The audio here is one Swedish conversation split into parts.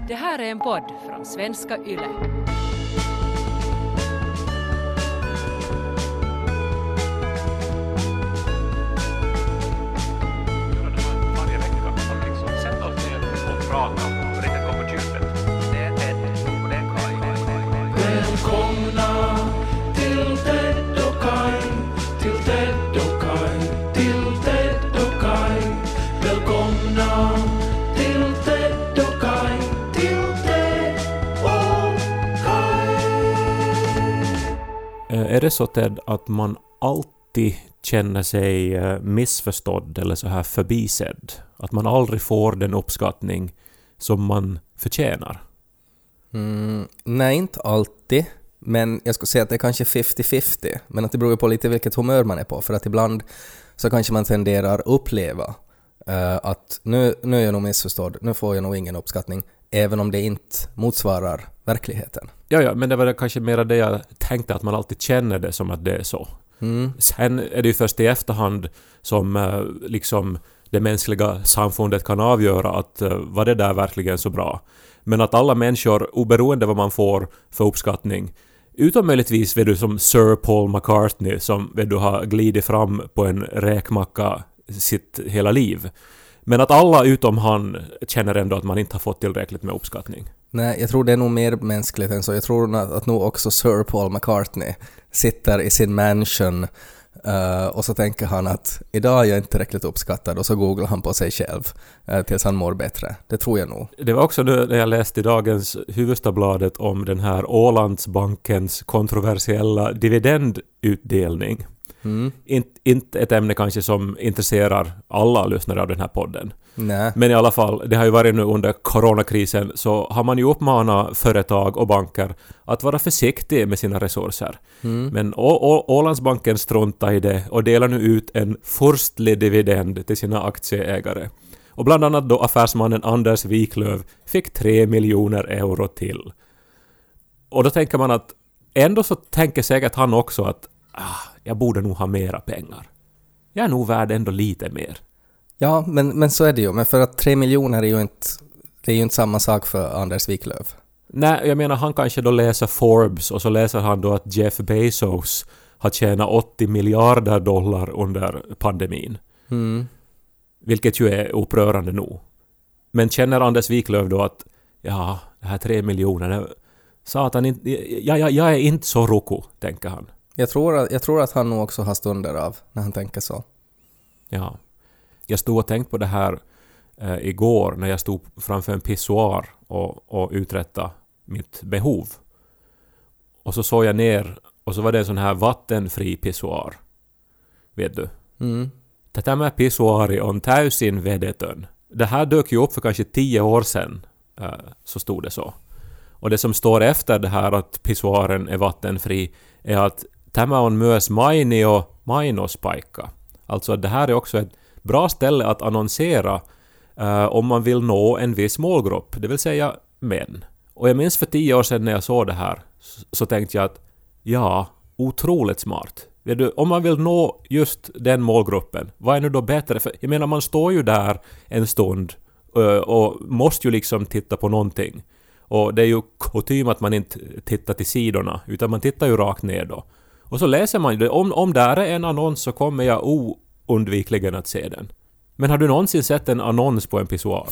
Det här är en podd från Svenska Yle. Varje vecka att liksom sätta oss ner och prata och riktigt gå på djupet. Det är Ted och det är Kai. Välkomna till Ted och Kai, till Ted och Kai, till Ted och Kai. Välkomna till Ted och Kai, till Ted och Kai. Är det så, Ted, att man alltid känner sig missförstådd eller så här förbisedd? Att man aldrig får den uppskattning som man förtjänar? Nej, inte alltid. Men jag skulle säga att det är kanske 50-50. Men att det beror på lite vilket humör man är på. För att ibland så kanske man tenderar uppleva att nu är jag nog missförstådd. Nu får jag nog ingen uppskattning. Även om det inte motsvarar verkligheten. Ja, men det var kanske mer det jag tänkte, att man alltid känner det som att det är så. Sen är det ju först i efterhand som liksom det mänskliga samfundet kan avgöra att var det där verkligen så bra. Men att alla människor, oberoende vad man får för uppskattning, utom möjligtvis vet du, som Sir Paul McCartney som vet du, har glidit fram på en räkmacka sitt hela liv. Men att alla utom han känner ändå att man inte har fått tillräckligt med uppskattning. Nej, jag tror det är nog mer mänskligt än så. Jag tror att nog också Sir Paul McCartney sitter i sin mansion och så tänker han att idag är jag inte tillräckligt uppskattad, och så googlar han på sig själv tills han mår bättre. Det tror jag nog. Det var också nu när jag läste i dagens Hufvudstadsbladet om den här Ålandsbankens kontroversiella dividendutdelning. Inte ett ämne kanske som intresserar alla lyssnare av den här podden. Nej. Men i alla fall, det har ju varit nu under coronakrisen, så har man ju uppmanat företag och banker att vara försiktiga med sina resurser. Men Ålandsbanken struntar i det och delar nu ut en furstlig dividend till sina aktieägare. Och bland annat då affärsmannen Anders Wiklöf fick 3 miljoner euro till. Och då tänker man att ändå så tänker säkert han också att jag borde nog ha mera pengar. Jag är nog värd ändå lite mer. Ja, men så är det ju. Men för att 3 miljoner är ju inte samma sak för Anders Wiklöf. Nej, jag menar han kanske då läser Forbes och så läser han då att Jeff Bezos har tjänat 80 miljarder dollar under pandemin. Vilket ju är upprörande nog. Men känner Anders Wiklöf då att det här 3 miljoner, satan, jag är inte så roko, tänker han. Jag tror att han nog också har stunder av när han tänker så. Ja. Jag stod och tänkte på det här igår när jag stod framför en pissoar och uträttade mitt behov. Och så såg jag ner och så var det en sån här vattenfri pissoar. Vet du? Tämä pissoari on täysin vedetön. Det här dök ju upp för kanske 10 år sedan, så stod det så. Och det som står efter det här att pissoaren är vattenfri är att tämä on myös mainio mainospaikka. Alltså det här är också ett bra ställe att annonsera om man vill nå en viss målgrupp, det vill säga män. Och jag minns för 10 år sedan när jag såg det här så tänkte jag att otroligt smart. Om man vill nå just den målgruppen, vad är nu då bättre? För jag menar, man står ju där en stund och måste ju liksom titta på någonting. Och det är ju kutym att man inte tittar till sidorna, utan man tittar ju rakt ner då. Och så läser man ju, om där är en annons så kommer jag oundvikligen att se den. Men har du någonsin sett en annons på en pissoar?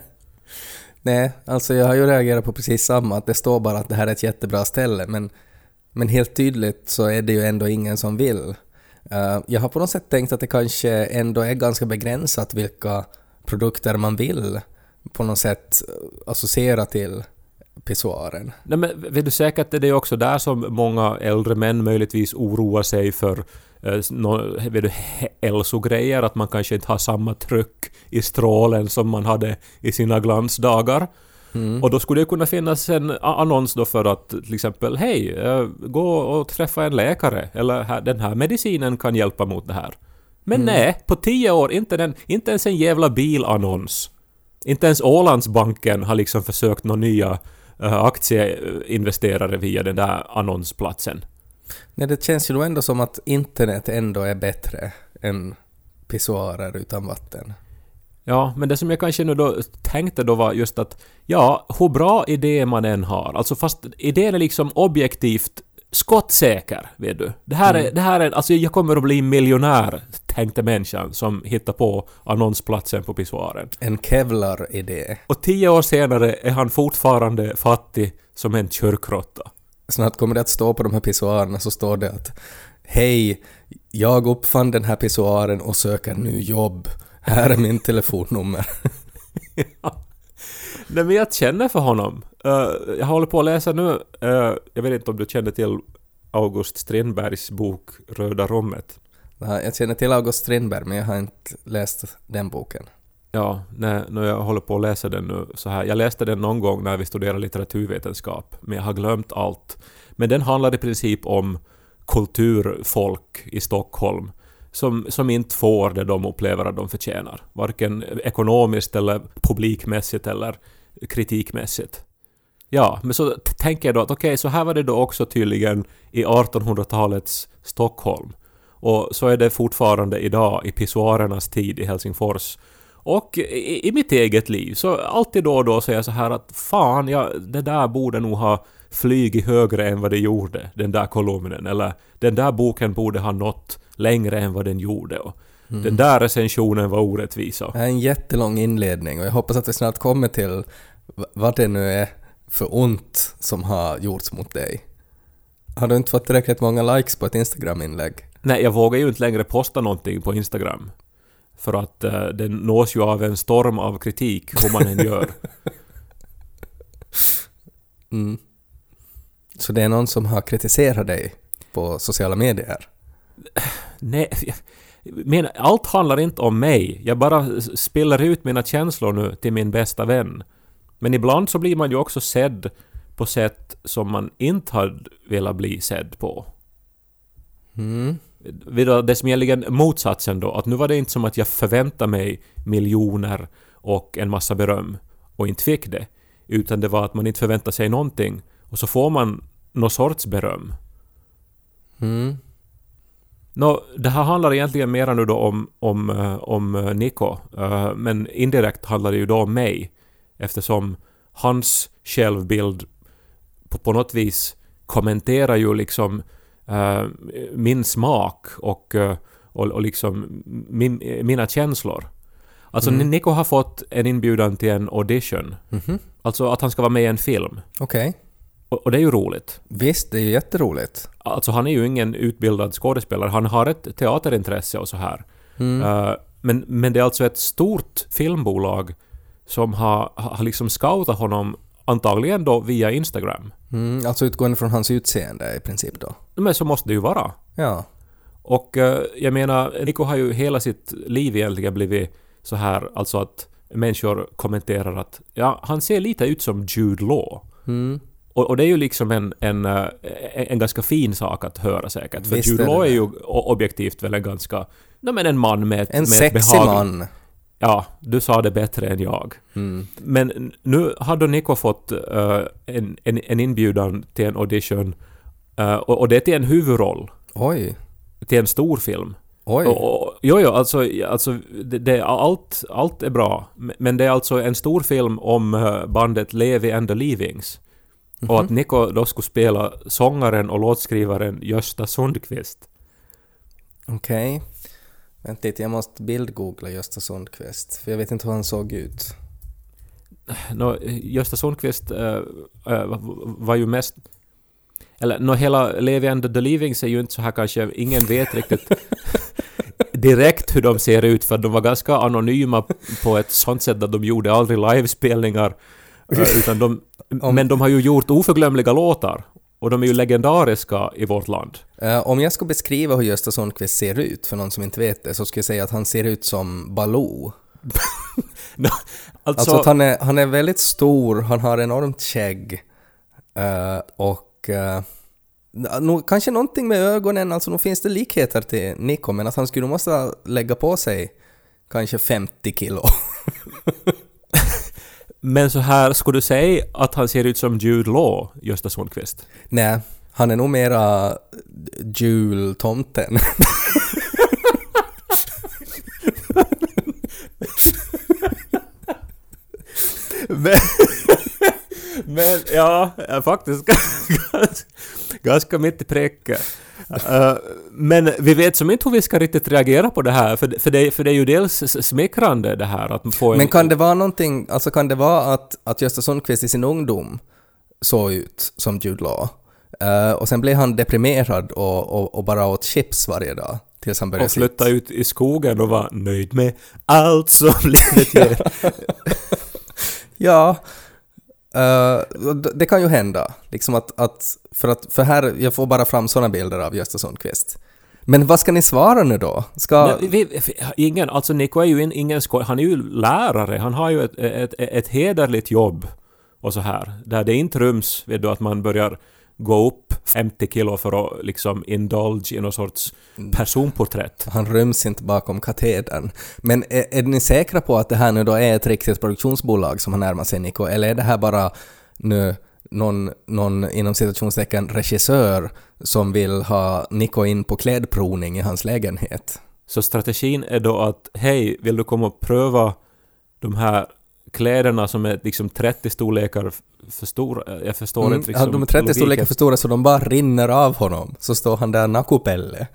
Nej, alltså jag har ju reagerat på precis samma, att det står bara att det här är ett jättebra ställe, men helt tydligt så är det ju ändå ingen som vill. Jag har på något sätt tänkt att det kanske ändå är ganska begränsat vilka produkter man vill på något sätt associera till pissoaren. Nej, men vet du säkert att det är också där som många äldre män möjligtvis oroar sig för hälsogrejer, att man kanske inte har samma tryck i strålen som man hade i sina glansdagar. Och då skulle det kunna finnas en annons då för att till exempel, hej, gå och träffa en läkare, eller den här medicinen kan hjälpa mot det här. Men nej, på 10 år inte ens en jävla bilannons. Inte ens Ålandsbanken har liksom försökt några nya aktieinvesterare via den där annonsplatsen. Nej, det känns ju då ändå som att internet ändå är bättre än pissoarer utan vatten. Ja, men det som jag kanske nu då tänkte då var just att ja, hur bra idé man än har, alltså fast idén är liksom objektivt skottsäker, vet du. Det här är alltså jag kommer att bli miljonär, tänkte människan som hittar på annonsplatsen på pissoaren. En Kevlar-idé. Och 10 år senare är han fortfarande fattig som en kyrkrotta. Snart kommer det att stå på de här pissoarerna, så står det att hej, jag uppfann den här pissoaren och söker nu jobb. Här är min telefonnummer. Ja. Nej, men jag känner för honom. Jag håller på att läsa nu. Jag vet inte om du känner till August Strindbergs bok Röda rummet. Ja, jag känner till August Strindberg, men jag har inte läst den boken. Ja, när jag håller på att läsa den nu så här. Jag läste den någon gång när vi studerade litteraturvetenskap, men jag har glömt allt. Men den handlar i princip om kulturfolk i Stockholm som inte får det de upplever att de förtjänar. Varken ekonomiskt eller publikmässigt eller kritikmässigt. Ja, men så tänker jag då att okej, så här var det då också tydligen i 1800-talets Stockholm. Och så är det fortfarande idag i pissoarernas tid i Helsingfors. Och i mitt eget liv så alltid då och då säger jag så här att fan, det där borde nog ha flygit högre än vad det gjorde, den där kolumnen. Eller den där boken borde ha nått längre än vad den gjorde. Och den där recensionen var orättvis. Det är en jättelång inledning och jag hoppas att vi snart kommer till vad det nu är för ont som har gjorts mot dig. Har du inte fått tillräckligt många likes på ett Instagram-inlägg? Nej, jag vågar ju inte längre posta någonting på Instagram. För att den nås ju av en storm av kritik, hur man än gör. Mm. Så det är någon som har kritiserat dig på sociala medier? Nej, men allt handlar inte om mig. Jag bara spelar ut mina känslor nu till min bästa vän. Men ibland så blir man ju också sedd på sätt som man inte hade velat bli sedd på. Det som egentligen motsatsen då, att nu var det inte som att jag förväntade mig miljoner och en massa beröm och inte fick det, utan det var att man inte förväntar sig någonting och så får man någon sorts beröm. Det här handlar egentligen mer nu då om Nico, men indirekt handlar det ju då om mig, eftersom hans självbild på något vis kommenterar ju liksom min smak och liksom mina känslor. Alltså Nico har fått en inbjudan till en audition. Alltså att han ska vara med i en film. Okej. Och det är ju roligt. Visst, det är ju jätteroligt. Alltså han är ju ingen utbildad skådespelare. Han har ett teaterintresse och så här. Men det är alltså ett stort filmbolag som har liksom scoutat honom antagligen då via Instagram. Alltså utgående från hans utseende i princip då. Men så måste det ju vara. Ja. Och jag menar, Nico har ju hela sitt liv egentligen blivit så här, alltså att människor kommenterar att ja, han ser lite ut som Jude Law. Och det är ju liksom en ganska fin sak att höra säkert. För Visst Jude Law det. är ju objektivt väl en ganska, en man med En med sexig behag. man. Ja, du sa det bättre än jag. Men nu hade Nico fått en inbjudan till en audition och det är till en huvudroll. Oj. Till en stor film. Oj. Jo, alltså allt är bra. Men det är alltså en stor film om bandet Levi and the Leavings. Och att Nico då skulle spela sångaren och låtskrivaren Gösta Sundqvist. Okej. Vänta lite, jag måste bildgoogla Gösta Sundqvist. För jag vet inte hur han såg ut. Gösta Sundqvist var ju mest... Eller hela Levi and the Leavings är ju inte så här kanske... Ingen vet riktigt direkt hur de ser ut, för de var ganska anonyma på ett sånt sätt att de gjorde aldrig livespelningar. Men de har ju gjort oförglömliga låtar. Och de är ju legendariska i vårt land. Om jag ska beskriva hur Gösta Sundqvist ser ut, för någon som inte vet det, så ska jag säga att han ser ut som Baloo. Alltså att han är väldigt stor, han har enormt skägg. Och kanske någonting med ögonen, alltså nog finns det likheter till Nico, men att han skulle måste lägga på sig kanske 50 kilo. Men så här, skulle du säga att han ser ut som Jude Law, Gösta Sundqvist? Nej, han är nog mera jultomten. Men ja, faktiskt ganska mitt i pricken. Men vi vet som inte hur vi ska riktigt reagera på det här, för det är ju dels smickrande det här att man får Men kan det vara någonting, alltså kan det vara att Gösta Sundqvist i sin ungdom såg ut som Jude Law, och sen blev han deprimerad och bara åt chips varje dag tills han började och flytta ut i skogen och vara nöjd med allt som livet ger. Ja, det kan ju hända. Liksom för här, jag får bara fram sådana bilder av Gösta Sundqvist. Men vad ska ni svara nu då? Ingen, alltså Nico är ju ingen skoj, han är ju lärare, han har ju ett hederligt jobb och så här. Där det inte ryms, vet du, att man börjar gå upp 50 kilo för att liksom indulge i någon sorts personporträtt. Han ryms inte bakom katedern. Men är ni säkra på att det här nu då är ett riktigt produktionsbolag som har närmat sig Nico? Eller är det här bara nu någon inom citationstecken regissör som vill ha Nico in på klädprovning i hans lägenhet? Så strategin är då att hej, vill du komma och pröva de här kläderna som är liksom 30 storlekar för stora? Jag förstår inte liksom. Ja, de är 30 storlekar för stora så de bara rinner av honom. Så står han där nakupelle.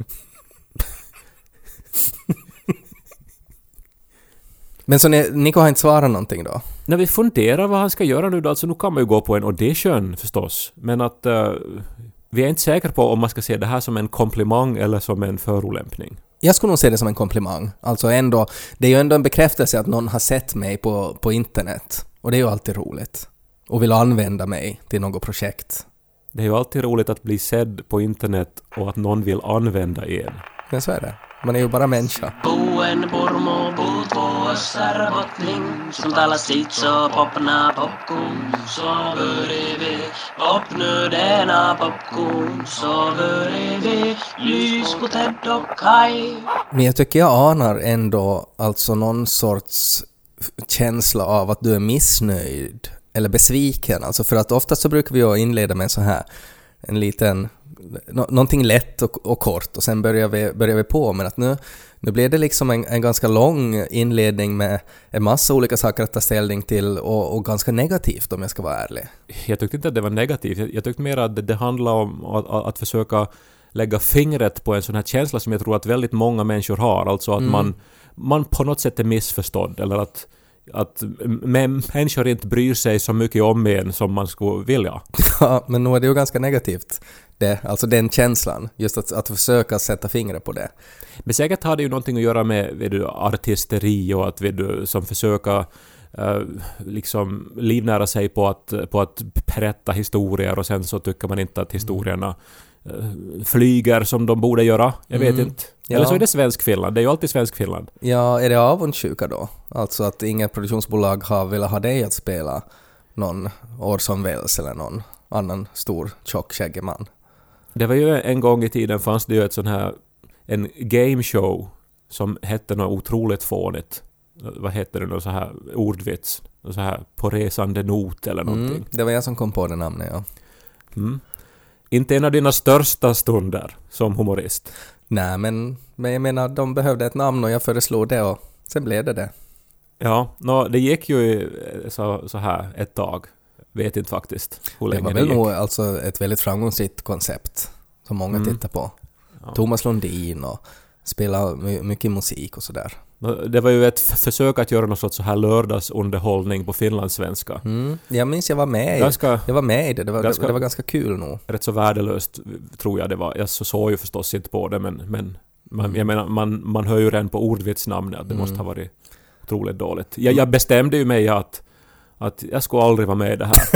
Men så Nico har inte svarat någonting då? När vi funderar vad han ska göra nu då, alltså nu kan man ju gå på en audition förstås. Men att vi är inte säkra på om man ska se det här som en komplimang eller som en förolämpning. Jag skulle nog se det som en komplimang. Alltså ändå, det är ju ändå en bekräftelse att någon har sett mig på internet. Och det är ju alltid roligt. Och vill använda mig till något projekt. Det är ju alltid roligt att bli sedd på internet och att någon vill använda en. Men så är det. Man är ju bara människa. Buen purmo puuttuu össärvotling, som talar sitt så popna popcorn, så börjar popnödena popcorn, så börjar lys på Ted och Kai. Men jag tycker jag anar ändå alltså någon sorts känsla av att du är missnöjd eller besviken. Alltså för att ofta så brukar vi ju inleda med så här en liten någonting lätt och kort och sen börjar vi på, men att nu blir det liksom en ganska lång inledning med en massa olika saker att ta ställning till och ganska negativt om jag ska vara ärlig. Jag tyckte inte att det var negativt. Jag tyckte mer att det handlar om att försöka lägga fingret på en sån här känsla som jag tror att väldigt många människor har. Alltså att man på något sätt är missförstådd eller att människor inte bryr sig så mycket om en som man skulle vilja. Ja, men nu är det ju ganska negativt. Alltså den känslan, just att försöka sätta fingret på det. Men säkert har det ju någonting att göra med artisteri och att som försöka liksom livnära sig på att berätta historier och sen så tycker man inte att historierna flyger som de borde göra. Jag vet inte. Ja. Eller så är det svensk Finland. Det är ju alltid svensk Finland. Ja, är det avundsjuka då? Alltså att inga produktionsbolag har velat ha dig att spela någon Orson Welles eller någon annan stor tjockskäggig man. Det var ju en gång i tiden fanns det ju en gameshow som hette något otroligt fånigt. Vad hette det? Något så här ordvits. Något så här på resande not eller någonting. Det var jag som kom på det namnet, ja. Inte en av dina största stunder som humorist. Nej, men jag menar, de behövde ett namn och jag föreslog det och sen blev det. Ja, det gick ju så här ett tag. Vet inte faktiskt hur länge det gick. Det var väl nog alltså ett väldigt framgångsrikt koncept som många tittar på. Ja. Thomas Lundin och spela mycket musik och sådär. Det var ju ett försök att göra något sorts så här lördagsunderhållning på finlandssvenska. Jag minns jag var med i det. Det var ganska kul nog. Rätt så värdelöst tror jag det var. Jag såg ju förstås inte på det, men jag menar, man hör ju redan på ordvitsnamnet att det måste ha varit otroligt dåligt. Jag bestämde ju mig att jag skulle aldrig vara med i det här.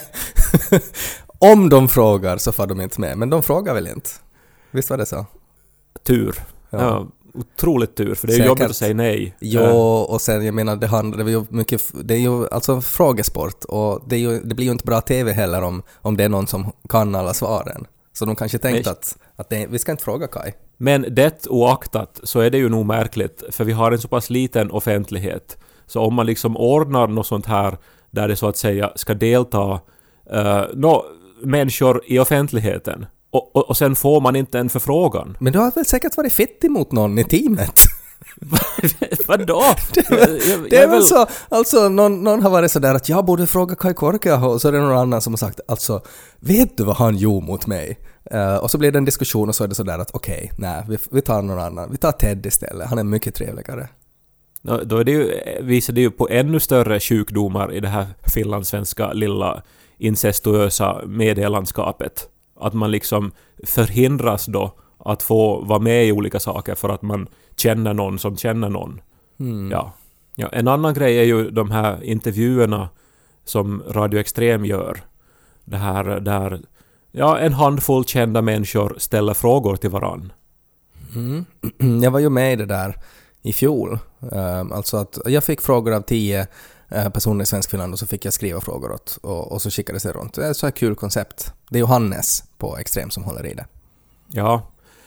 Om de frågar så får de inte med, men de frågar väl inte. Visst var det så? Tur. Ja, otroligt tur, för det är ju jobbigt att säga nej. Ja, och sen jag menar det är ju alltså frågesport och det blir ju inte bra TV heller om det är någon som kan alla svaren. Så de kanske tänkte att vi ska inte fråga Kai. Men det oaktat så är det ju nog märkligt, för vi har en så pass liten offentlighet. Så om man liksom ordnar något sånt här där det så att säga ska delta människor i offentligheten och sen får man inte en förfrågan. Men du har väl säkert varit fittig mot någon i teamet? Vadå? Det är väl så, alltså någon har varit så där att jag borde fråga Kai Korkeaho, och så är det någon annan som har sagt, alltså vet du vad han gjorde mot mig? Och så blir det en diskussion och så är det så där att okej, vi tar någon annan. Vi tar Ted istället, han är mycket trevligare. Då är det ju, visar det ju på ännu större sjukdomar i det här finlandssvenska lilla incestuösa medielandskapet. Att man liksom förhindras då att få vara med i olika saker för att man känner någon som känner någon. Ja, en annan grej är ju de här intervjuerna som Radio Extrem gör. Det här där en handfull kända människor ställer frågor till varann. Jag var ju med i det där i fjol. Alltså att jag fick frågor av 10 personer i Svenskfinland och så fick jag skriva frågor åt och så skickades det runt. Det är ett så här kul koncept. Det är Johannes på Extrem som håller i det. Ja.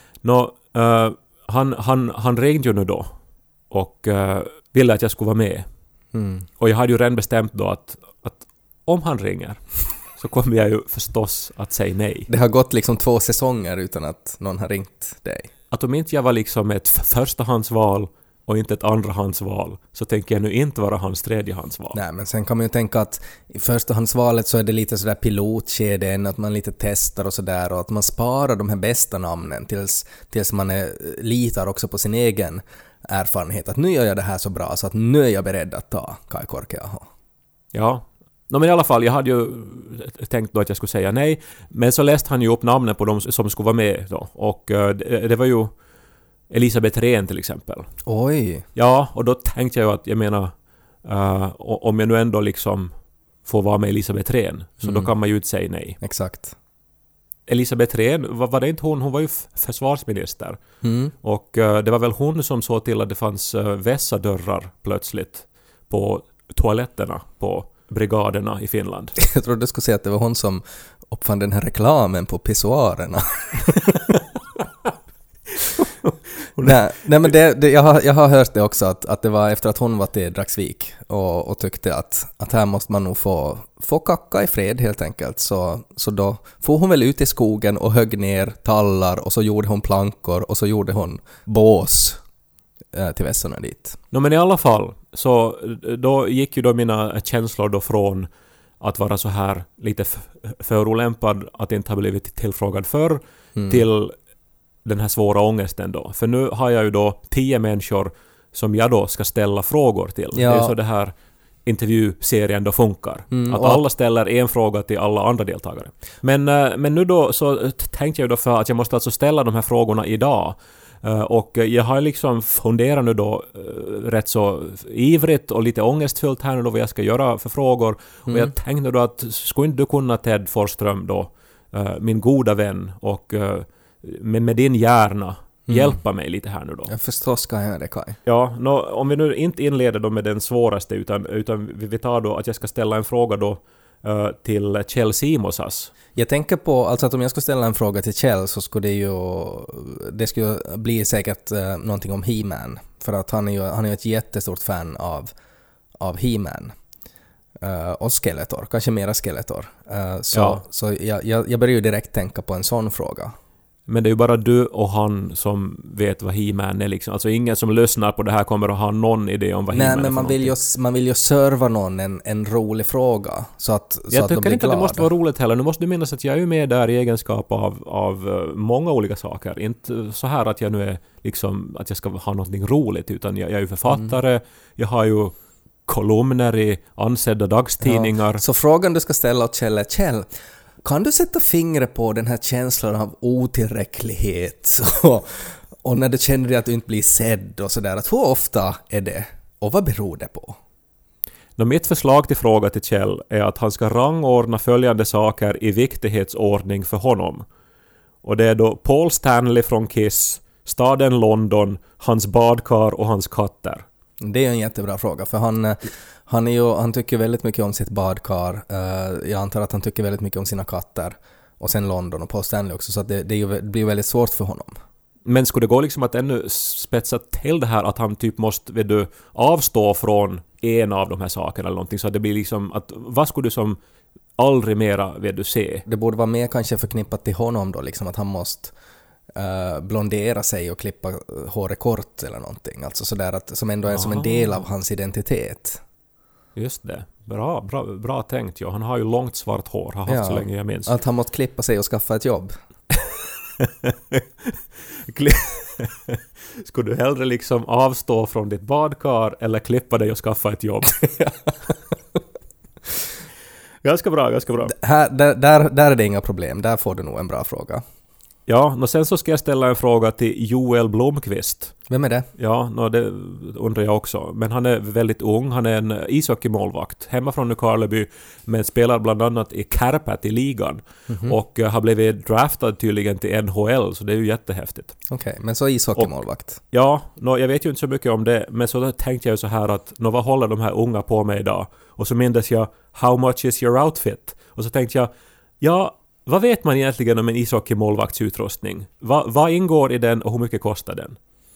Han ringde ju nu då och ville att jag skulle vara med. Och jag hade ju redan bestämt då att om han ringer så kommer jag ju förstås att säga nej. Det har gått liksom 2 säsonger utan att någon har ringt dig. Att om inte jag var liksom ett förstahandsval och inte ett andrahandsval så tänker jag nu inte vara hans tredjehandsval. Nej, men sen kan man ju tänka att i förstahandsvalet så är det lite sådär pilotkedjan, att man lite testar och sådär, och att man sparar de här bästa namnen tills man litar också på sin egen erfarenhet. Att nu gör jag det här så bra så att nu är jag beredd att ta Kai Korkeaho. Ja. Men i alla fall, jag hade ju tänkt då att jag skulle säga nej. Men så läste han ju upp namnen på de som skulle vara med då. Och det var ju Elisabeth Rehn till exempel. Oj! Ja, och då tänkte jag ju att, jag menar, om jag nu ändå liksom får vara med Elisabeth Rehn, så då kan man ju inte säga nej. Exakt. Elisabeth Rehn, var det inte hon? Hon var ju försvarsminister. Och det var väl hon som såg till att det fanns vässadörrar plötsligt på toaletterna på brigaderna i Finland. Jag trodde du skulle säga att det var hon som uppfann den här reklamen på pissoarerna. Nej, men jag har hört det också att det var efter att hon var till Dragsvik och tyckte att här måste man nog få kacka i fred helt enkelt. Så då får hon väl ut i skogen och högg ner tallar, och så gjorde hon plankor och så gjorde hon bås till vässorna dit. Men i alla fall, så då gick ju då mina känslor då från att vara så här lite förolämpad att inte ha blivit tillfrågad förr till den här svåra ångesten då. För nu har jag ju då 10 människor som jag då ska ställa frågor till. Ja. Det är så det här intervjuserien då funkar. Att alla ställer en fråga till alla andra deltagare. Men nu då så tänkte jag då för att jag måste alltså ställa de här frågorna idag. Och jag har liksom funderat nu då rätt så ivrigt och lite ångestfullt här nu då vad jag ska göra för frågor. Och jag tänkte då att skulle inte du kunna, Ted Forsström då, min goda vän, och med din hjärna hjälpa mig lite här nu då. Jag förstås ska jag göra det, Kai. Ja, om vi nu inte inleder då med den svåraste utan vi tar då att jag ska ställa en fråga då till Kjell Simosas. Jag tänker på alltså att om jag skulle ställa en fråga till Kjell så skulle det skulle bli säkert någonting om He-Man, för att han är ju ett jättestort fan av He-Man. Och Skeletor, kanske mera Skeletor. Så jag börjar ju direkt tänka på en sån fråga. Men det är ju bara du och han som vet vad He-Man är liksom. Alltså ingen som lyssnar på det här kommer att ha någon idé om vad He-Man är. Nej, men man vill ju serva någon en rolig fråga så att jag de blir glada. tycker inte att det måste vara roligt heller. Nu måste du minnas att jag är ju med där i egenskap av många olika saker. Inte så här att jag nu är liksom att jag ska ha någonting roligt, utan jag är ju författare. Jag har ju kolumner i ansedda dagstidningar. Ja, så frågan du ska ställa åt Kjell är: Kjell, kan du sätta fingret på den här känslan av otillräcklighet och när du känner dig att du inte blir sedd och sådär, att hur ofta är det och vad beror det på? Mitt förslag till fråga till Kjell är att han ska rangordna följande saker i viktighetsordning för honom. Och det är då Paul Stanley från Kiss, staden London, hans badkar och hans katter. Det är en jättebra fråga, för han tycker väldigt mycket om sitt badkar. Jag antar att han tycker väldigt mycket om sina katter. Och sen London och Paul Stanley också, så att det blir väldigt svårt för honom. Men skulle det gå liksom att ännu spetsa till det här att han typ måste avstå från en av de här sakerna eller någonting, så att det blir liksom att vad skulle du som aldrig mera vill du se? Det borde vara mer kanske förknippat till honom då, liksom att han måste blondera sig och klippa håret kort eller någonting. Alltså sådär att, som ändå är som en del av hans identitet. Just det. Bra tänkt. Ja. Han har ju långt svart hår, har haft så länge jag minns. Att han måste klippa sig och skaffa ett jobb. Skulle du hellre liksom avstå från ditt badkar eller klippa dig och skaffa ett jobb? Ganska bra. Där är det inga problem. Där får du nog en bra fråga. Ja, och sen så ska jag ställa en fråga till Joel Blomqvist. Vem är det? Ja, det undrar jag också. Men han är väldigt ung. Han är en ishockeymålvakt. Hemma från Nykarleby. Men spelar bland annat i Kärpät i ligan. Och har blivit draftad tydligen till NHL. Så det är ju jättehäftigt. Okej, men så ishockeymålvakt. Ja, jag vet ju inte så mycket om det. Men så tänkte jag så här att vad håller de här unga på med idag? Och så mindes jag, how much is your outfit? Och så tänkte jag, ja, vad vet man egentligen om en ishockeymålvaktsutrustning? Vad ingår i den och hur mycket kostar den?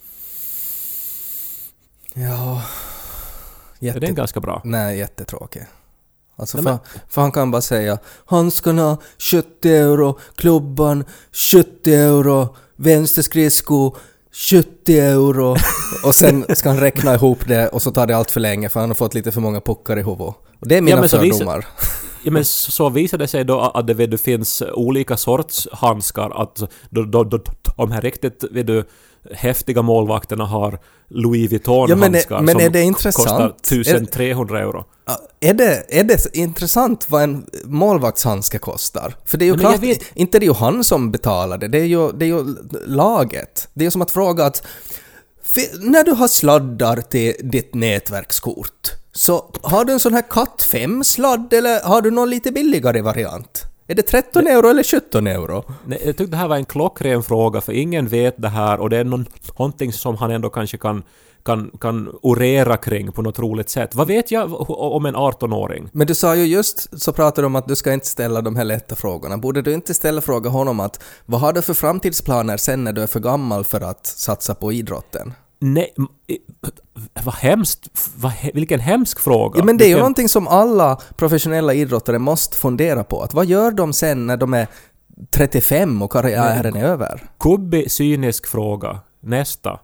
Ja... Är den ganska bra? Nej, jättetråkig. Alltså för han kan bara säga handskarna 70 euro, klubban 70 euro, vänsterskridsko 70 euro och sen ska han räkna ihop det och så tar det allt för länge för han har fått lite för många puckar i huvudet. Och det är mina fördomar. Ja, men så visar det sig då att det finns olika sorts handskar. Att de här riktigt häftiga målvakterna har Louis Vuitton-handskar men är det som intressant? Kostar 1300 euro. Är det intressant vad en målvaktshandske kostar? För det är ju klart, inte det är ju han som betalar det. Det är ju laget. Det är som att fråga att när du har sladdar till ditt nätverkskort, så har du en sån här Cat 5-sladd eller har du någon lite billigare variant? Är det 13 euro eller 17 euro? Nej, jag tyckte det här var en klockren fråga för ingen vet det här och det är någonting som han ändå kanske kan orera kring på något roligt sätt. Vad vet jag om en 18-åring? Men du sa ju just, så pratade du om att du ska inte ställa de här lätta frågorna. Borde du inte fråga honom att vad har du för framtidsplaner sen när du är för gammal för att satsa på idrotten? Nej, vad hemskt. Vilken hemsk fråga. Ja, men det är ju någonting som alla professionella idrottare måste fundera på. Att vad gör de sen när de är 35 och karriären är över? Kubbi, cynisk fråga. Nästa.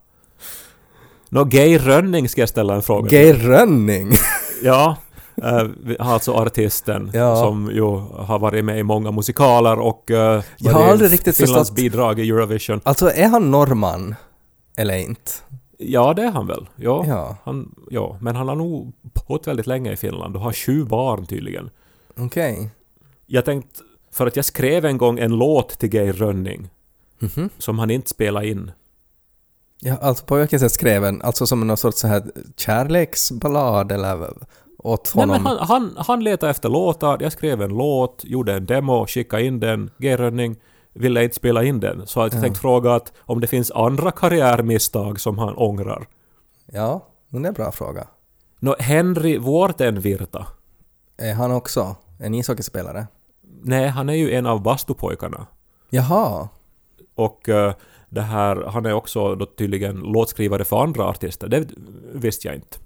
Geir Rönning ska jag ställa en fråga. Geir Rönning? Ja, alltså artisten som ju har varit med i många musikaler och jag har aldrig riktigt Finlands bidrag i Eurovision. Alltså är han norrman eller inte? Ja, det är han väl. Ja. Men han har nog bott väldigt länge i Finland och har 7 barn tydligen. Okej. Jag tänkte, för att jag skrev en gång en låt till Geir Rönning som han inte spelade in. Ja, alltså på vilket sätt skrev en? Alltså som någon sorts så här kärleksballad eller åt honom? Nej, men han letade efter låtar. Jag skrev en låt, gjorde en demo, skickade in den. Geir Rönning ville inte spela in den. Så jag tänkte fråga att om det finns andra karriärmisstag som han ångrar. Ja, men det är en bra fråga. Henry Vuortenvirta. Är han också en ishockeyspelare? Nej, han är ju en av bastupojkarna. Jaha. Och det här, han är också då tydligen låtskrivare för andra artister. Det visste jag inte.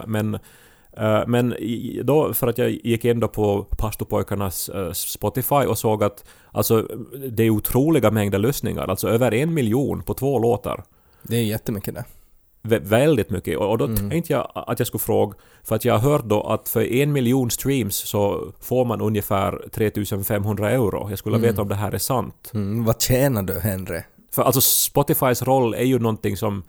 Men då, för att jag gick in då på Pastupojkarnas Spotify och såg att alltså, det är otroliga mängder lyssningar. Alltså över 1 miljon på 2 låtar. Det är jättemycket det. Väldigt mycket. Och då tänkte jag att jag skulle fråga, för att jag har hört då att för 1 miljon streams så får man ungefär 3500 euro. Jag skulle veta om det här är sant. Vad tjänar du, Henry? För alltså Spotifys roll är ju någonting som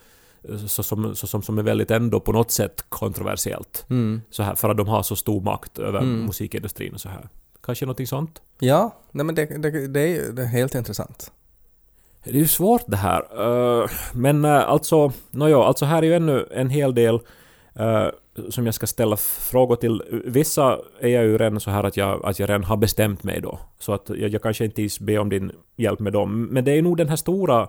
är väldigt ändå på något sätt kontroversiellt. Så här, för att de har så stor makt över musikindustrin och så här. Kanske någonting sånt? Ja, nej, men det är helt intressant. Det är ju svårt det här. Men alltså här är ju ännu en hel del som jag ska ställa frågor till. Vissa är jag ju redan så här att jag redan har bestämt mig då. Så att jag kanske inte be om din hjälp med dem. Men det är nog den här stora,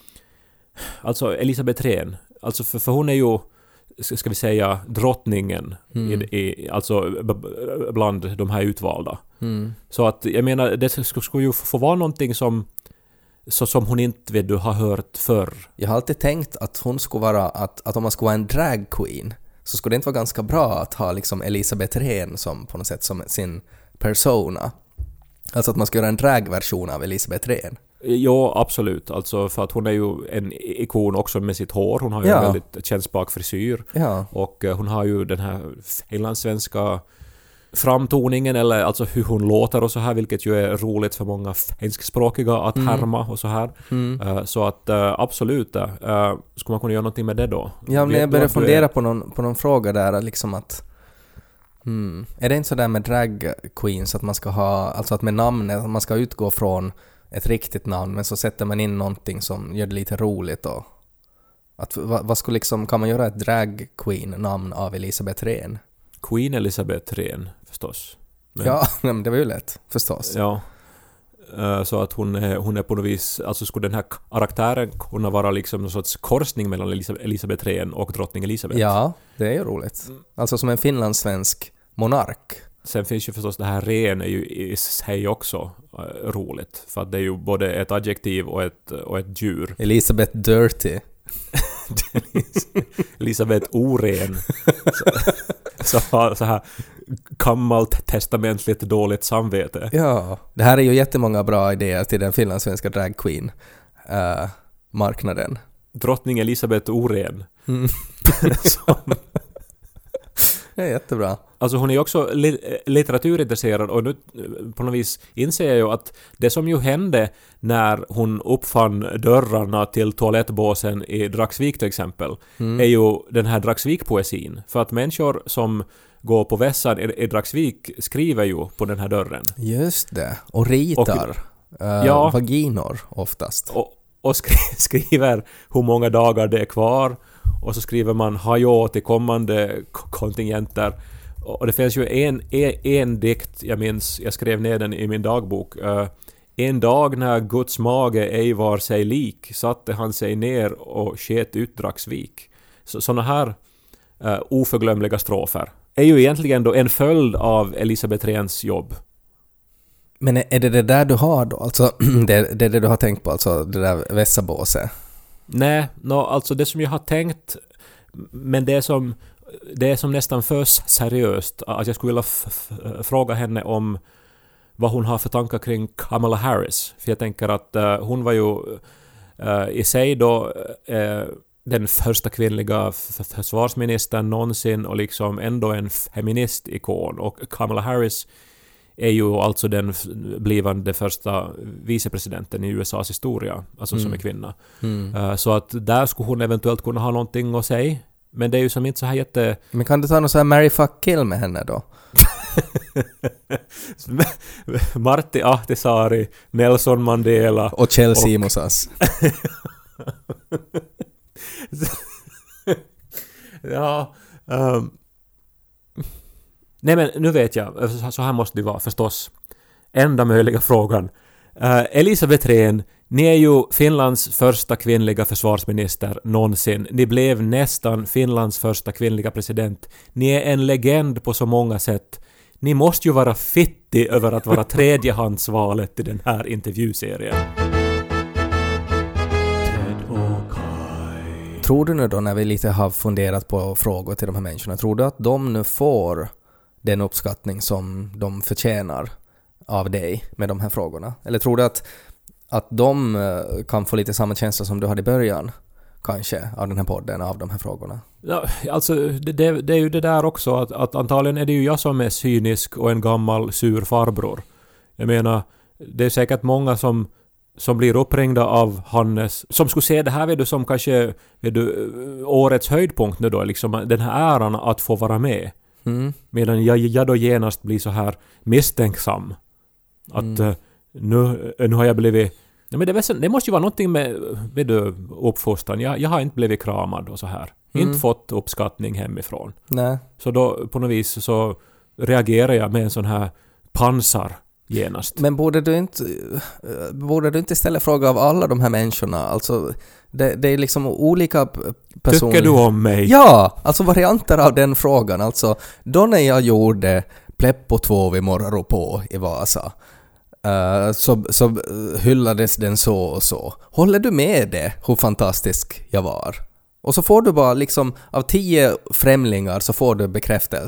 alltså Elisabeth Rehn. Alltså för hon är ju, ska vi säga, drottningen alltså bland de här utvalda. Så att jag menar, det skulle ju få vara någonting som hon inte har hört förr. Jag har alltid tänkt att hon skulle vara, att om man skulle vara en drag queen så skulle det inte vara ganska bra att ha liksom Elisabeth Rehn som på något sätt som sin persona. Alltså att man ska göra en dragversion av Elisabeth Rehn. Ja, absolut. Alltså för att hon är ju en ikon också med sitt hår. Hon har ju en väldigt kännsspak frisyr. Ja. Och hon har ju den här finlandssvenska framtoningen, eller alltså hur hon låter och så här, vilket ju är roligt för många finskspråkiga att härma och så här. Så att absolut, skulle man kunna göra någonting med det då? Ja, men jag började fundera på någon fråga där, liksom att är det inte så där med drag queens att man ska ha, alltså att med namnet, att man ska utgå från ett riktigt namn, men så sätter man in någonting som gör det lite roligt och att vad skulle liksom, kan man göra ett drag queen namn av Elisabeth Rehn? Queen Elisabeth Rehn förstås. Men, ja, men det var ju lätt förstås. Ja. Så att hon är på något vis, alltså skulle den här karaktären kunna vara liksom någon sorts korsning mellan Elisabeth Rehn och drottning Elisabeth. Ja, det är ju roligt. Alltså som en finlandssvensk monark. Sen finns ju förstås det här Rehn är ju i sig också roligt, för att det är ju både ett adjektiv och ett djur. Elisabeth Dirty. Elisabeth Oren. Så här gammalt testamentligt dåligt samvete. Ja, det här är ju jättemånga bra idéer till den finlandssvenska drag queen marknaden. Drottning Elisabeth Oren. Det är jättebra. Alltså hon är ju också litteraturintresserad, och nu på något vis inser jag ju att det som ju hände när hon uppfann dörrarna till toalettbåsen i Dragsvik till exempel är ju den här Dragsvik-poesin. För att människor som går på vässan i Dragsvik skriver ju på den här dörren. Just det. Och ritar vaginor oftast. Och skriver hur många dagar det är kvar. Och så skriver man hajå till kommande kontingenter. Och det finns ju en dikt, jag minns, jag skrev ner den i min dagbok. En dag när Guds mage ej var sig lik, satte han sig ner och sket ut Dragsvik. Såna här oförglömliga strofer är ju egentligen då en följd av Elisabeth Rehns jobb. Men är det där du har då? Alltså, det är det du har tänkt på, alltså det där vässabåset? Nej, alltså det som jag har tänkt, men det är som nästan för seriöst, att jag skulle vilja fråga henne om vad hon har för tankar kring Kamala Harris. För jag tänker att hon var ju i sig då den första kvinnliga försvarsministern någonsin och liksom ändå en feministikon. Och Kamala Harris är ju alltså den blivande första vicepresidenten i USAs historia, alltså som är kvinna. Så att där skulle hon eventuellt kunna ha någonting att säga. Men det är ju som inte så här jätte... Men kan du ta någon så här Marry Fuck Kill med henne då? Martti Ahtisaari, Nelson Mandela och Kjell Simonsas. Ja. Nej, men nu vet jag. Så här måste det vara förstås. Enda möjliga frågan. Elisabeth Rehn, ni är ju Finlands första kvinnliga försvarsminister någonsin. Ni blev nästan Finlands första kvinnliga president. Ni är en legend på så många sätt. Ni måste ju vara fittig över att vara tredjehandsvalet i den här intervjuserien. Tror du nu då, när vi lite har funderat på frågor till de här människorna, tror du att de nu får den uppskattning som de förtjänar av dig med de här frågorna? Eller tror du att de kan få lite samma känsla som du hade i början, kanske, av den här podden, av de här frågorna? Ja, alltså det är ju det där också, att antagligen är det ju jag som är cynisk och en gammal sur farbror. Jag menar, det är säkert många som blir uppringda av Hannes, som skulle se det här vet du, som kanske årets höjdpunkt nu då, liksom den här äran att få vara med. Medan jag då genast blir så här misstänksam. Att nu har jag blivit... Nej, men det måste ju vara någonting med uppfostran. Jag har inte blivit kramad och så här. Inte fått uppskattning hemifrån. Nej. Så då på något vis så reagerar jag med en sån här pansar genast. Men borde du inte ställa fråga av alla de här människorna? Alltså, det är liksom olika personer. Tycker du om mig? Ja, alltså varianter av den frågan. Alltså, då när jag gjorde Pleppo 2 vid Morro på i Vasa, så hyllades den så och så. Håller du med det hur fantastisk jag var? Och så får du bara liksom, av 10 främlingar så får du bekräftelse.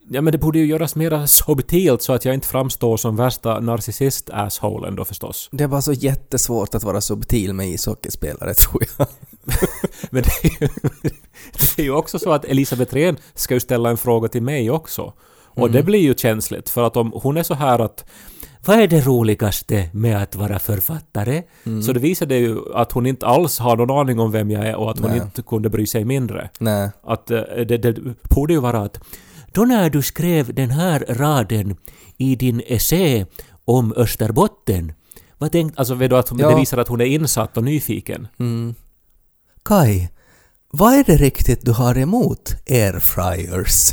Ja, men det borde ju göras mer subtilt så att jag inte framstår som värsta narcissist-assholen då förstås. Det är bara så jättesvårt att vara subtil med ishockeyspelare, tror jag. Men det är ju också så att Elisabeth Rehn ska ju ställa en fråga till mig också. Och det blir ju känsligt, för att om hon är så här att vad är det roligaste med att vara författare? Så det visar det ju att hon inte alls har någon aning om vem jag är och att hon inte kunde bry sig mindre. Nej. Att det borde ju vara att då när du skrev den här raden i din essä om Österbotten, vad tänkte, alltså vet du att det visar att hon är insatt och nyfiken. Kai, vad är det riktigt du har emot airfryers?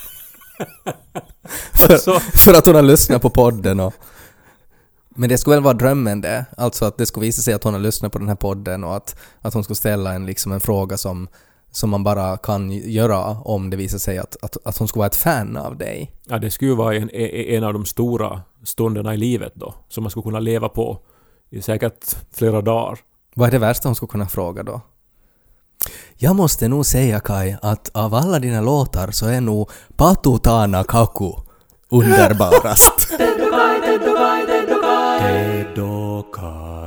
för att hon har lyssnat på podden och... Men det skulle väl vara drömmen det. Alltså att det skulle visa sig att hon har lyssnat på den här podden och att hon skulle ställa en fråga som man kan göra om det visar sig att hon skulle vara ett fan av dig. Ja, det skulle ju vara en av de stora stunderna i livet då, som man skulle kunna leva på i säkert flera dagar. Vad är det värsta hon skulle kunna fråga då? Jag måste nog säga, Kai, att av alla dina låtar så är nog Patu Tana Kaku underbarast. Teddo Kai, Teddo Kai, Teddo Kai. Teddo Kai.